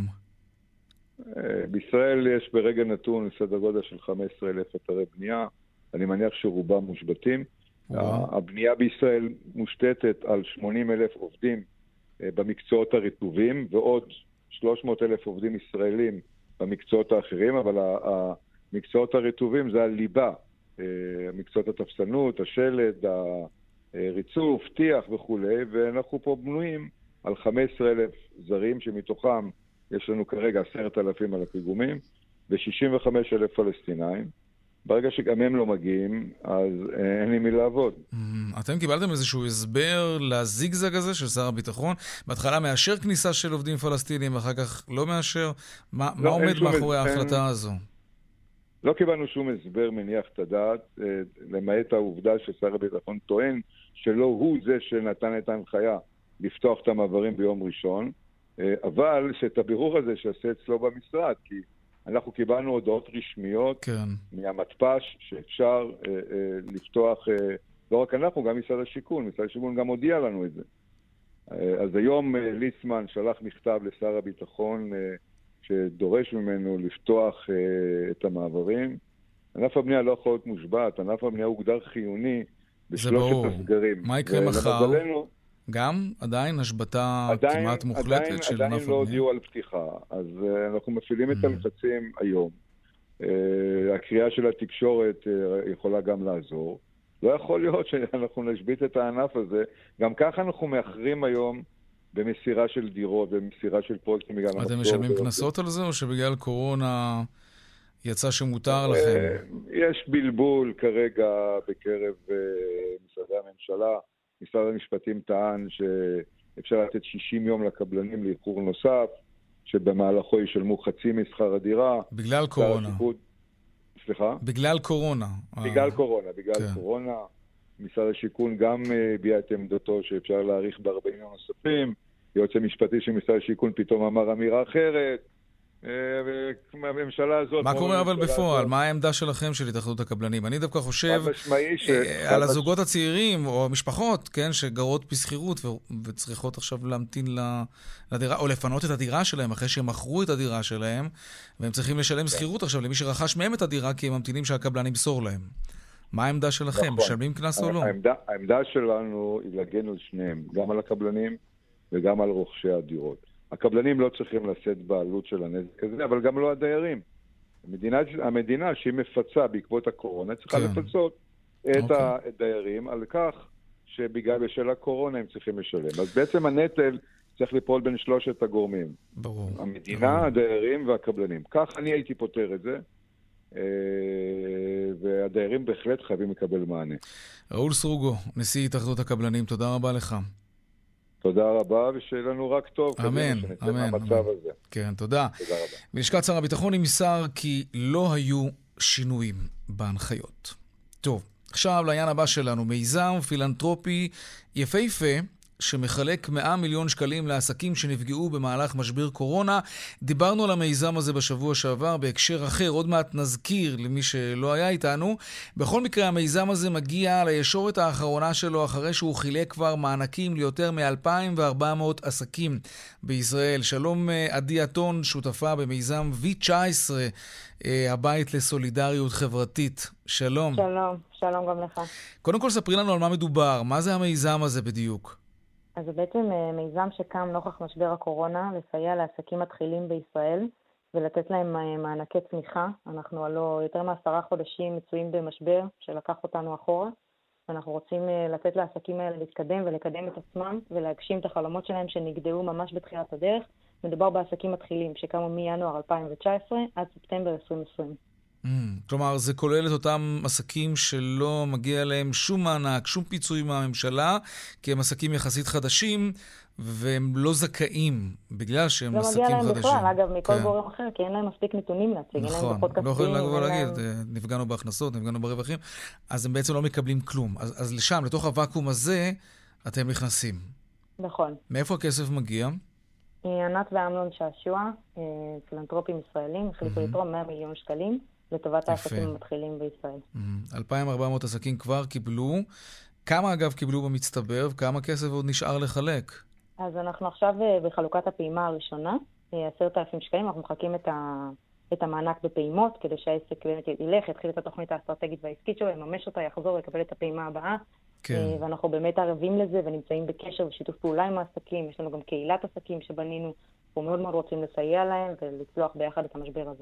בישראל יש ברגע נתון סדר גודל של 15,000 אתרי בנייה, אני מניח שרובם מושבתים. הבנייה בישראל מושתתת על 80,000 עובדים במקצועות הרטובים, ועוד 300,000 עובדים ישראלים במקצועות האחרים, אבל מקצועות הרטובים זה הליבה, מקצועות התפסנות, השלד, הריצוף, טיח וכו', ואנחנו פה בנויים על 15,000 זרים, שמתוכם יש לנו כרגע 10,000 על הפיגומים, ו-65,000 פלסטינאים. ברגע שגם הם לא מגיעים, אז אין לי מי לעבוד. אתם קיבלתם איזשהו הסבר לזיגזג הזה של שר הביטחון? בהתחלה מאשר כניסה של עובדים פלסטינים, ואחר כך לא מאשר? מה עומד מאחורי ההחלטה הזו? לא קיבלנו שום הסבר מניח את הדעת, למעט העובדה ששר הביטחון טוען שלא הוא זה שנתן את ההנחיה לפתוח את המעברים ביום ראשון, אבל שאת הבירור הזה שעשה אצלו במשרד, כי אנחנו קיבלנו הודעות רשמיות מהמתפ"ש שאפשר לפתוח, לא רק אנחנו, גם משרד השיכון. משרד השיכון גם הודיע לנו את זה. אז היום ליצמן שלח מכתב לשר הביטחון שדורש ממנו לפתוח את המעברים. ענף הבנייה לא יכול להיות מושבת, ענף הבנייה הוגדר חיוני בשלושת הסגרים. מה יקרה מחר? גם עדיין השבתה כמעט מוחלטת של ענף הבנייה? עדיין לא הודיעו על פתיחה, אז אנחנו מפעילים את הלחצים היום. הקריאה של התקשורת יכולה גם לעזור. לא יכול להיות שאנחנו נשבית את הענף הזה. גם ככה אנחנו מאחרים היום במסירה של דירות, במסירה של פרויקטים. אתם משלמים קנסות על זה, או שבגלל קורונה יצא שמותר לכם? יש בלבול כרגע בקרב משרדי הממשלה. משרד המשפטים טען שאפשר לתת 60 יום לקבלנים לאיחור נוסף, שבמהלכו ישלמו חצי משכר הדירה. בגלל קורונה. סליחה? בגלל קורונה. בגלל קורונה. משרד השיכון גם הביע את עמדתו שאפשר להאריך ב-40 יום נוספים. יועץ המשפטי של משרד השיכון פתאום אמר אמירה אחרת. הממשלה הזאת... מה קורה אבל בפועל? מה העמדה שלכם של התאחדות הקבלנים? אני דווקא חושב על הזוגות הצעירים או המשפחות, כן, שגרות בסחירות וצריכות עכשיו להמתין לדירה, או לפנות את הדירה שלהם אחרי שהם מכרו את הדירה שלהם, והם צריכים לשלם סחירות עכשיו למי שרכש מהם את הדירה, כי הם ממתינים שהקבלן ימסור להם. מה העמדה שלכם? משלמים קנס או לא? העמדה שלנו היא להגן על שניהם, גם על הקבלנים וגם על רוכשי הדירות. הקבלנים לא צריכים לשאת בעלות של הנזק הזה, אבל גם לא הדיירים. המדינה שהיא מפצה בעקבות הקורונה צריכה לפצות את הדיירים על כך שבגלל בשל הקורונה הם צריכים לשלם. אז בעצם הנטל צריך ליפול בין שלושת הגורמים. ברור. המדינה, הדיירים והקבלנים. כך אני הייתי פותר את זה, והדיירים בהחלט חייבים לקבל מענה. ראול סרוגו, נשיא התאחדות הקבלנים, תודה רבה לך. תודה רבה, ושיהיה לנו רק טוב. אמן, אמן. הזה. כן, תודה. תודה רבה. בלשכת שר הביטחון נמסר כי לא היו שינויים בהנחיות. טוב, עכשיו לעניין הבא שלנו, מיזם פילנטרופי יפהפה, שמחלק 100 מיליון שקלים לעסקים שנפגעו במהלך משבר קורונה. דיברנו על המיזם הזה בשבוע שעבר בהקשר אחר, עוד מעט נזכיר למי שלא היה איתנו. בכל מקרה, המיזם הזה מגיע לישורת האחרונה שלו אחרי שהוא חילק כבר מענקים ליותר מ-2,400 עסקים בישראל. שלום עדי אתון, שותפה במיזם V19, הבית לסולידריות חברתית. שלום. שלום גם לך. קודם כל ספרי לנו על מה מדובר, מה זה המיזם הזה בדיוק? אז זה בעצם מיזם שקם נוכח משבר הקורונה, לסייע לעסקים מתחילים בישראל ולתת להם מענקי צמיחה. אנחנו הלא יותר מ10 חודשים מצויים במשבר שלקח אותנו אחורה, ואנחנו רוצים לתת לעסקים האלה להתקדם ולקדם את עצמם ולהגשים את החלומות שלהם שנגדעו ממש בתחילת הדרך. מדובר בעסקים מתחילים שקמו מינואר 2019 עד ספטמבר 2020. כלומר, זה כולל את אותם עסקים שלא מגיע להם שום מענק, שום פיצוי מהממשלה, כי הם עסקים יחסית חדשים, והם לא זכאים, בגלל שהם עסקים חדשים. לא מגיע להם בכלל, אגב, מכל גורם אחר, כי אין להם מספיק נתונים להציג. נכון, לא יכולים להגיד, נפגענו בהכנסות, נפגענו ברווחים, אז הם בעצם לא מקבלים כלום. אז לשם, לתוך הוואקום הזה, אתם נכנסים. נכון. מאיפה הכסף מגיע? ענת ואמנון שעשוע, פילנטרופים ישראלים, החליטו לתרום 100 מיליון שקלים. לטובת העסקים המתחילים בישראל. 2,400 עסקים כבר קיבלו. כמה אגב קיבלו במצטבר, וכמה כסף עוד נשאר לחלק? אז אנחנו עכשיו בחלוקת הפעימה הראשונה, 10,000 שקלים, אנחנו מחכים את המענק בפעימות, כדי שהעסק באמת ילך, יתחיל את התוכנית האסטרטגית והעסקית שלו, יממש אותה, יחזור, יקבל את הפעימה הבאה. כן. ואנחנו באמת ערבים לזה ונמצאים בקשר ושיתוף פעולה עם העסקים. יש לנו גם קהילת עסקים שבנינו, אנחנו מאוד מאוד רוצים לסייע להם ולצלוח ביחד את המשבר הזה.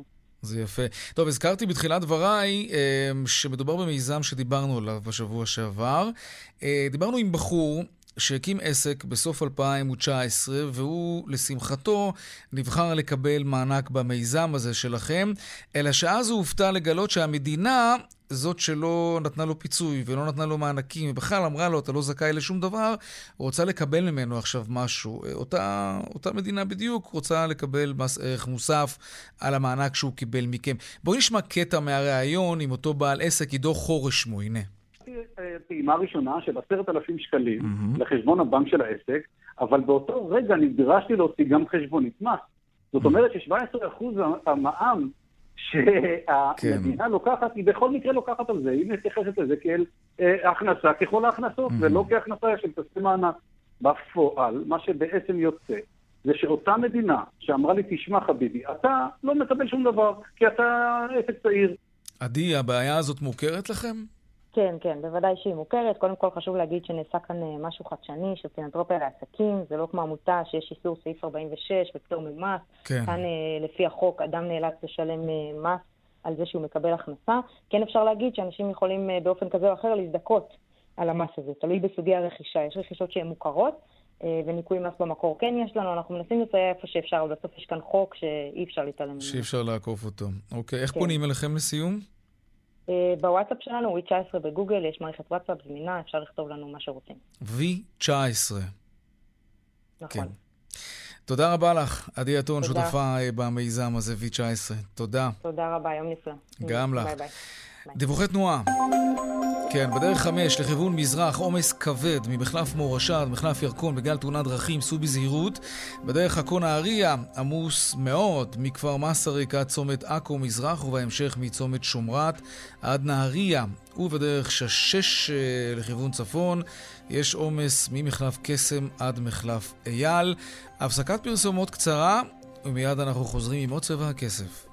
זה יפה. טוב, הזכרתי בתחילת דבריי שמדובר במיזם שדיברנו עליו בשבוע שעבר. דיברנו עם בחור שהקים עסק בסוף 2019, והוא לשמחתו נבחר לקבל מענק במיזם הזה שלכם, אלא שאז הוא הופתע לגלות שהמדינה זאת שלא נתנה לו פיצוי ולא נתנה לו מענקים, ובכלל אמרה לו, אתה לא זכאי לשום דבר, הוא רוצה לקבל ממנו עכשיו משהו. אותה מדינה בדיוק רוצה לקבל מס ערך מוסף על המענק שהוא קיבל מכם. בואי נשמע קטע מהראיון עם אותו בעל עסק, עידו חורש שמו, הנה. פעימה ראשונה של 10,000 שקלים לחשבון הבנק של העסק, אבל באותו רגע נדרשתי להוציא גם חשבונית מס. זאת אומרת ש17% המע"מ שהמדינה לוקחת, היא בכל מקרה לוקחת על זה, היא מתייחסת לזה כאל הכנסה ככל ההכנסות, ולא כהכנסה של כספי מענק. בפועל, מה שבעצם יוצא, זה שאותה מדינה שאמרה לי, תשמע חביבי, אתה לא מקבל שום דבר, כי אתה עסק צעיר. עדי, הבעיה הזאת מוכרת לכם? כן, כן, בוודאי שהיא מוכרת. קודם כל חשוב להגיד שנעשה כאן משהו חדשני של פילנתרופיה לעסקים. זה לא כמו עמותה שיש איסור סעיף 46 ופטור ממס. כן. כאן לפי החוק אדם נאלץ לשלם מס על זה שהוא מקבל הכנסה. כן אפשר להגיד שאנשים יכולים באופן כזה או אחר להזדכות על המס הזה. תלוי בסוגי הרכישה. יש רכישות שהן מוכרות וניקוי מס במקור. כן יש לנו, אנחנו מנסים לסייע איפה שאפשר, אבל בסוף יש כאן חוק שאי אפשר להתעלם. שאי אפשר לעקוף אותו. אוקיי, איך פונים אליכם לסיום? בוואטסאפ שלנו, V19 בגוגל, יש מערכת וואטסאפ זמינה, אפשר לכתוב לנו מה שרוצים. V19. נכון. כן. תודה רבה לך, עדי אתון, שותפה במיזם הזה, V19. תודה. תודה רבה, יום נפלא. גם לך. ביי ביי. דיווחי תנועה. כן, בדרך 5 לכיוון מזרח, עומס כבד ממחלף מורשה, מחלף ירקון בגלל תאונת דרכים, סעו בזהירות. בדרך עכו נהריה, עמוס מאוד מכפר מסריק עד צומת עכו מזרח, ובהמשך מצומת שומרת עד נהריה. ובדרך 6 לכיוון צפון, יש עומס ממחלף קסם עד מחלף אייל. הפסקת פרסומות קצרה, ומיד אנחנו חוזרים עם עוד צבע הכסף.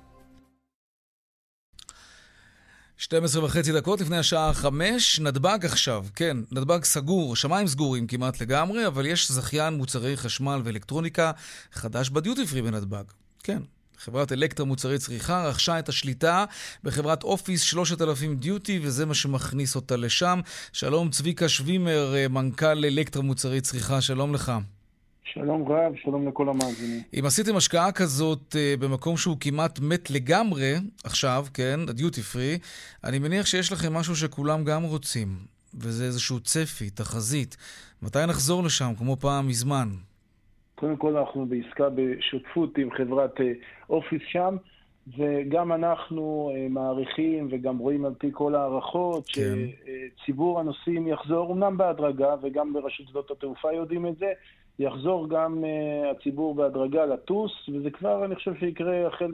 12:30 לפני השעה 5, נתב"ג עכשיו, כן, נתב"ג סגור, שמיים סגורים כמעט לגמרי, אבל יש זכיין מוצרי חשמל ואלקטרוניקה חדש בדיוטי פרי בנתב"ג. כן, חברת אלקטרה מוצרי צריכה רכשה את השליטה בחברת אופיס 3000 דיוטי, וזה מה שמכניס אותה לשם. שלום צביקה שווימר, מנכ"ל אלקטרה מוצרי צריכה, שלום לך. שלום רב, שלום לכל המאזינים. אם עשיתם השקעה כזאת במקום שהוא כמעט מת לגמרי, עכשיו, כן, הדיוטי פרי, אני מניח שיש לכם משהו שכולם גם רוצים, וזה איזשהו צפי, תחזית. מתי נחזור לשם, כמו פעם מזמן? קודם כל אנחנו בעסקה בשותפות עם חברת אופיס שם, וגם אנחנו מעריכים וגם רואים על פי כל הערכות כן. שציבור הנוסעים יחזור, אמנם בהדרגה, וגם ברשות שדות התעופה יודעים את זה, יחזור גם הציבור בהדרגה לטוס, וזה כבר אני חושב שיקרה החל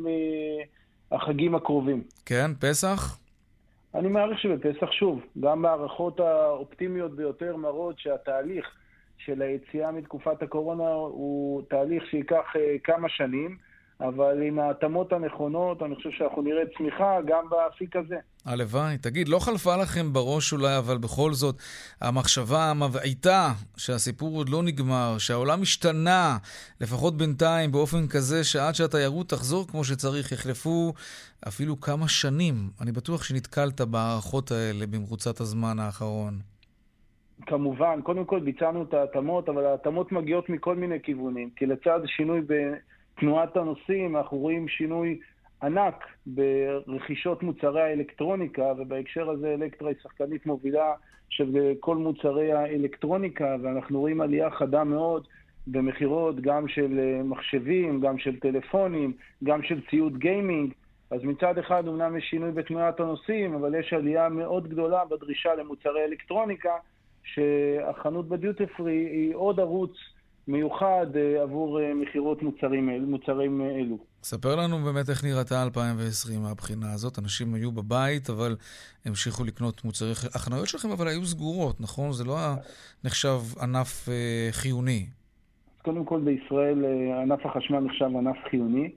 מהחגים הקרובים. כן, פסח? אני מעריך שבפסח שוב, גם בהערכות האופטימיות ביותר מראות שהתהליך של היציאה מתקופת הקורונה הוא תהליך שיקח כמה שנים, אבל עם ההתאמות הנכונות אני חושב שאנחנו נראה צמיחה גם באפיק הזה. הלוואי. תגיד, לא חלפה לכם בראש אולי, אבל בכל זאת המחשבה המבעיתה שהסיפור עוד לא נגמר, שהעולם השתנה, לפחות בינתיים, באופן כזה שעד שהתיירות תחזור כמו שצריך, יחלפו אפילו כמה שנים. אני בטוח שנתקלת בהערכות האלה במרוצת הזמן האחרון. כמובן, קודם כל ביצענו את ההתאמות, אבל ההתאמות מגיעות מכל מיני כיוונים, כי לצד שינוי בתנועת הנוסעים, אנחנו רואים שינוי ענק ברכישות מוצרי האלקטרוניקה, ובהקשר הזה אלקטרה היא שחקנית מובילה של כל מוצרי האלקטרוניקה, ואנחנו רואים עלייה חדה מאוד במחירות גם של מחשבים, גם של טלפונים, גם של ציוד גיימינג. אז מצד אחד אומנם יש שינוי בתנועת הנוסעים, אבל יש עלייה מאוד גדולה בדרישה למוצרי אלקטרוניקה, שהחנות בדיוטי פרי היא עוד ערוץ מיוחד עבור מחירות מוצרים אלו. ספר לנו באמת איך נראתה 2020 מהבחינה הזאת. אנשים היו בבית, אבל המשיכו לקנות מוצרי... החנויות שלכם אבל היו סגורות, נכון? זה לא נחשב ענף חיוני. קודם כל בישראל ענף החשמל נחשב ענף חיוני,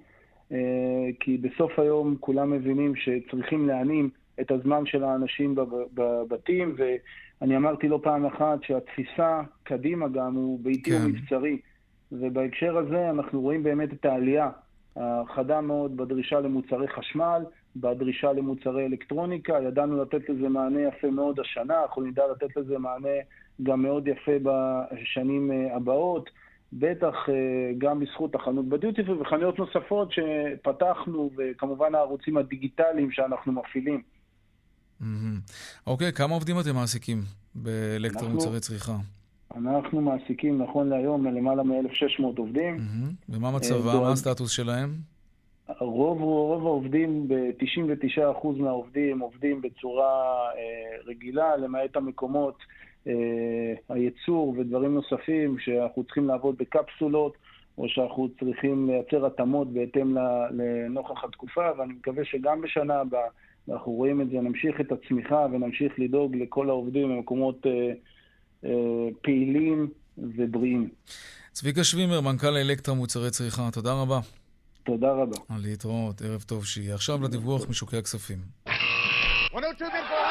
כי בסוף היום כולם מבינים שצריכים להנים את הזמן של האנשים בבתים, ואני אמרתי לא פעם אחת שהתפיסה קדימה גם הוא ביתי ומבצרי, ובהקשר הזה אנחנו רואים באמת את העלייה חדה מאוד בדרישה למוצרי חשמל, בדרישה למוצרי אלקטרוניקה. ידענו לתת לזה מענה יפה מאוד השנה, אנחנו נדע לתת לזה מענה גם מאוד יפה בשנים הבאות, בטח גם בזכות החנות בדיוטי פרי וחנויות נוספות שפתחנו, וכמובן הערוצים הדיגיטליים שאנחנו מפעילים. אוקיי, כמה עובדים אתם מעסיקים באלקטרו מוצרי צריכה? אנחנו מעסיקים נכון להיום למעלה מ-1,600 עובדים. ומה מצבם? מה הסטטוס שלהם? רוב העובדים, ב-99% מהעובדים, עובדים בצורה רגילה, למעט המקומות, הייצור ודברים נוספים שאנחנו צריכים לעבוד בקפסולות, או שאנחנו צריכים לייצר התאמות בהתאם לנוכח התקופה, ואני מקווה שגם בשנה הבאה, אנחנו רואים את זה, נמשיך את הצמיחה ונמשיך לדאוג לכל העובדים במקומות פעילים ובריאים. צביקה שווימר, מנכ"ל אלקטרה מוצרי צריכה, תודה רבה. תודה רבה. להתראות, ערב טוב שיהיה. עכשיו לדיווח משוקי הכספים. 102 bid for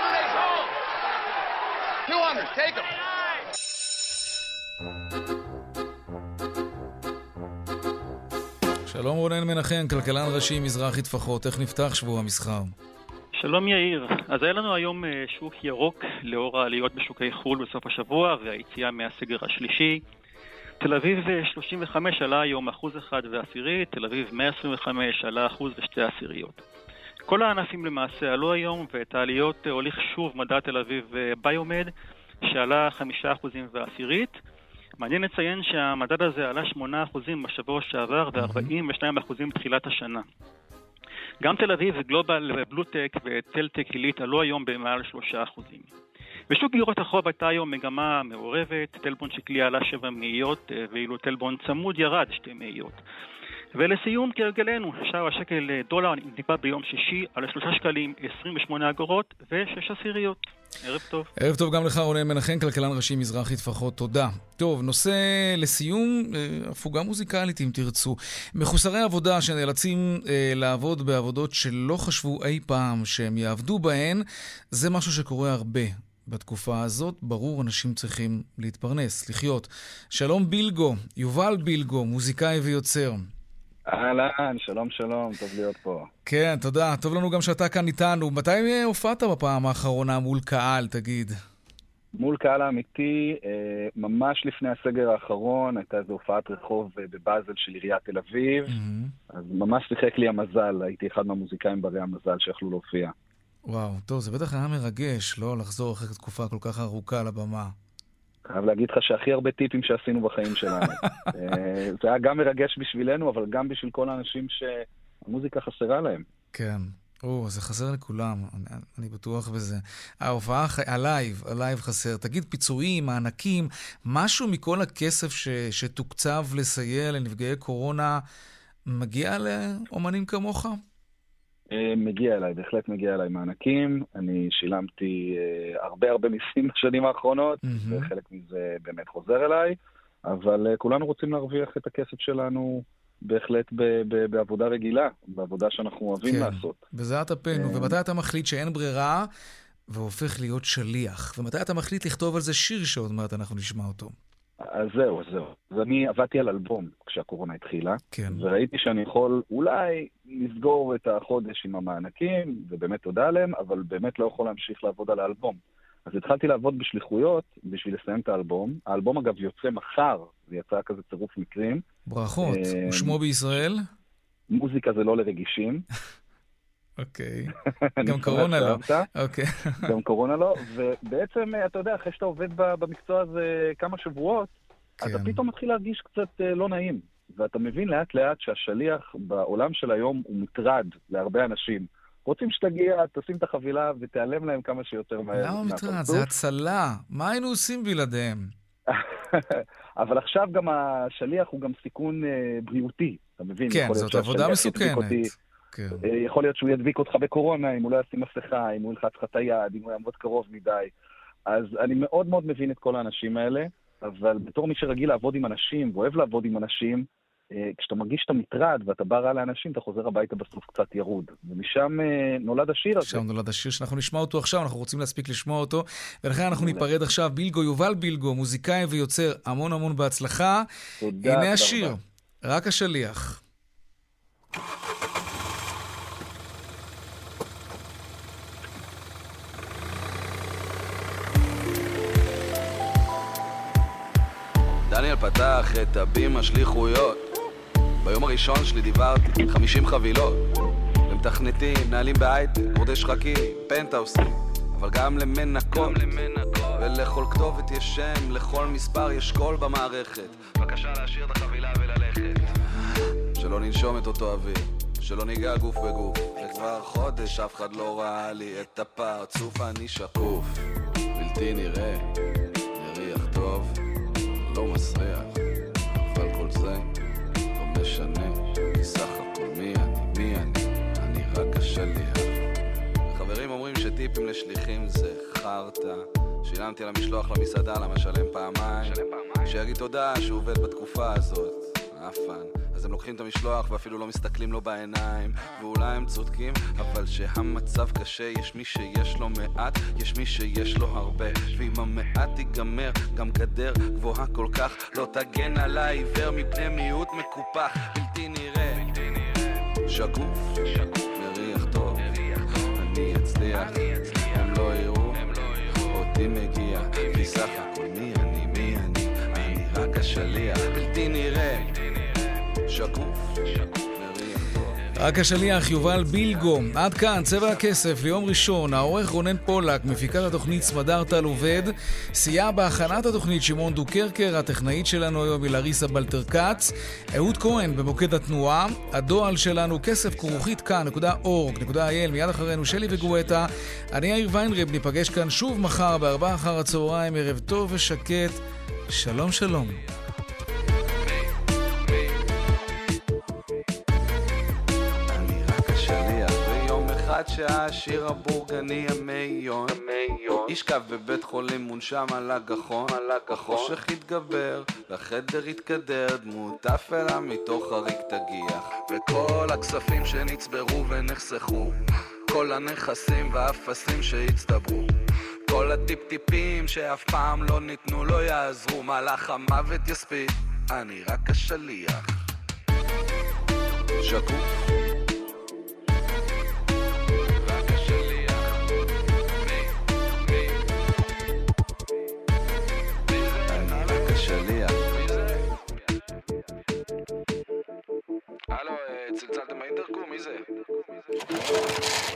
100, 200, take them. שלום רונן מנחם, כלכלן ראשי מזרחי טפחות, איך נפתח שבוע המסחר? שלום יאיר, אז היה לנו היום שוק ירוק לאור העליות בשוקי חול בסוף השבוע והיציאה מהסגר השלישי. תל אביב 35 עלה היום 1.1%, תל אביב 125 עלה 1.2%. כל הענפים למעשה עלו היום, ואת העליות הוליך שוב מדד תל אביב ביומד שעלה 5.1%. מעניין לציין שהמדד הזה עלה 8% בשבוע שעבר ו42% בתחילת השנה. גם תל אביב וגלובל ובלוטק וטלטק עילית עלו היום במעל 3%. בשוק גירות החוב הייתה היום מגמה מעורבת, טלבון שקלי עלה 7 מאיות ואילו טלבון צמוד ירד 2 מאיות. ולסיום כהרגלנו, שער השקל דולר נקבע ביום שישי על 3 שקלים 28 אגורות ו6 עשיריות. ערב טוב. ערב טוב גם לך רונן מנחם, כלכלן ראשי מזרחי טפחות, תודה. טוב, נושא לסיום, הפוגה מוזיקלית אם תרצו. מחוסרי עבודה שנאלצים לעבוד בעבודות שלא חשבו אי פעם שהם יעבדו בהן, זה משהו שקורה הרבה. בתקופה הזאת, ברור, אנשים צריכים להתפרנס, לחיות. שלום בילגו, יובל בילגו, מוזיקאי ויוצר. אהלן, שלום שלום, טוב להיות פה. כן, תודה, טוב לנו גם שאתה כאן איתנו. מתי הופעת בפעם האחרונה מול קהל, תגיד? מול קהל האמיתי, ממש לפני הסגר האחרון, הייתה איזו הופעת רחוב בבאזל של עיריית תל אביב, אז ממש שיחק לי המזל, הייתי אחד מהמוזיקאים ברי המזל שיכלו להופיע. וואו, טוב, זה בטח היה מרגש, לא לחזור אחרי תקופה כל כך ארוכה לבמה. חייב להגיד לך שהכי הרבה טיפים שעשינו בחיים שלנו. זה היה גם מרגש בשבילנו, אבל גם בשביל כל האנשים שהמוזיקה חסרה להם. כן, זה חסר לכולם, אני בטוח בזה. ההופעה, הלייב חסר. תגיד, פיצויים, מענקים, משהו מכל הכסף שתוקצב לסייע לנפגעי קורונה, מגיע לאומנים כמוך? מגיע אליי, בהחלט מגיע אליי מענקים. אני שילמתי הרבה מיסים בשנים האחרונות, וחלק מזה באמת חוזר אליי, אבל כולנו רוצים להרוויח את הכסף שלנו בהחלט בעבודה רגילה, בעבודה שאנחנו אוהבים לעשות. בזעת אפנו, ומתי אתה מחליט שאין ברירה והופך להיות שליח? ומתי אתה מחליט לכתוב על זה שיר שעוד מעט אנחנו נשמע אותו? אז זהו. אז אני עבדתי על אלבום כשהקורונה התחילה, וראיתי שאני יכול אולי לסגור את החודש עם המענקים, ובאמת תודה עליהם, אבל באמת לא יכול להמשיך לעבוד על האלבום. אז התחלתי לעבוד בשליחויות בשביל לסיים את האלבום. האלבום אגב יוצא מחר, זה יצא כזה צירוף מקרים. ברכות, ושמו בישראל? מוזיקה זה לא לרגישים. אוקיי, גם קורונה לא. גם קורונה לא, ובעצם, אתה יודע, אחרי שאתה עובד במקצוע הזה כמה שבועות, אתה פתאום מתחיל להרגיש קצת לא נעים, ואתה מבין לאט לאט שהשליח בעולם של היום הוא מטרד להרבה אנשים. רוצים שתגיע, תשים את החבילה ותעלם להם כמה שיותר מהר. למה מטרד? זה הצלה. מה היינו עושים בלעדיהם? אבל עכשיו גם השליח הוא גם סיכון בריאותי, אתה מבין? כן, זאת עבודה מסוכנת. יכול להיות שהוא ידביק אותך בקורונה, אם הוא לא ישים מסכה, אם הוא ילחץ לך את היד, אם הוא יעמוד קרוב מדי. אז אני מאוד מאוד מבין את כל האנשים האלה, אבל בתור מי שרגיל לעבוד עם אנשים, ואוהב לעבוד עם אנשים, כשאתה מרגיש שאתה מטרד ואתה בא רע לאנשים, אתה חוזר הביתה בסוף קצת ירוד. ומשם נולד השיר הזה. שם נולד השיר שאנחנו נשמע אותו עכשיו, אנחנו רוצים להספיק לשמוע אותו, ולכן אנחנו ניפרד עכשיו. בילגו, יובל בילגו, מוזיקאי ויוצר, המון בהצלחה. הנה השיר, רק השליח. דניאל פתח את הבימה שליחויות. ביום הראשון שלי דיברתי 50 חבילות למתכנתים, מנהלים בהייטק, מורדי שחקים, פנטהאוסים, אבל גם למנקות, ולכל כתובת יש שם, לכל מספר יש קול במערכת. בבקשה להשאיר את החבילה וללכת, שלא ננשום את אותו אוויר, שלא ניגע גוף בגוף. וכבר חודש אף אחד לא ראה לי את הפרצוף, אני שקוף, בלתי נראה, נריח טוב, לא מסריח, אבל כל זה לא משנה, כי סך הכל מי אני רק השליח. חברים אומרים שטיפים לשליחים זה חרטה. שילמתי על המשלוח למסעדה, למה שלם פעמיים? שיגיד תודה שהוא עובד בתקופה הזאת, אפן. אז הם לוקחים את המשלוח ואפילו לא מסתכלים לו בעיניים, ואולי הם צודקים, אבל שהמצב קשה, יש מי שיש לו מעט, יש מי שיש לו הרבה, ואם המעט ייגמר, גם גדר גבוהה כל כך לא תגן על העיוור מפני מיעוט מקופח, בלתי נראה, שקוף, מריח טוב, אני אצליח, הם לא יראו אותי מגיע, כי סך הכל מי אני רק השליח, בלתי נראה, שקוף, רק השליח יובל בילגו. עד כאן צבע הכסף ליום ראשון. העורך רונן פולק, מפיקת התוכנית סמדארטל עובד, סייע בהכנת התוכנית שמעון דוקרקר, הטכנאית שלנו היום היא לריסה בלטר-קץ, אהוד כהן במוקד התנועה, הדואל שלנו כסף@כאן.org.il. מיד אחרינו שלי וגואטה. אני יאיר ויינרב, ניפגש כאן שוב מחר ב4 אחר הצהריים. ערב טוב ושקט, שלום שלום. עד שהשיר הבורגני המיון ישכב בבית חולים מונשם על הגחון, החושך יתגבר, לחדר יתקדר, דמות אפלה מתוך הריק תגיח, וכל הכספים שנצברו ונחסכו, כל הנכסים והאפסים שהצטברו, כל הטיפ-טיפים שאף פעם לא ניתנו לא יעזרו, מלאך המוות יספיק, אני רק השליח, שקוף, שליח. הלו, צלצלתם באינטרקום? מי זה?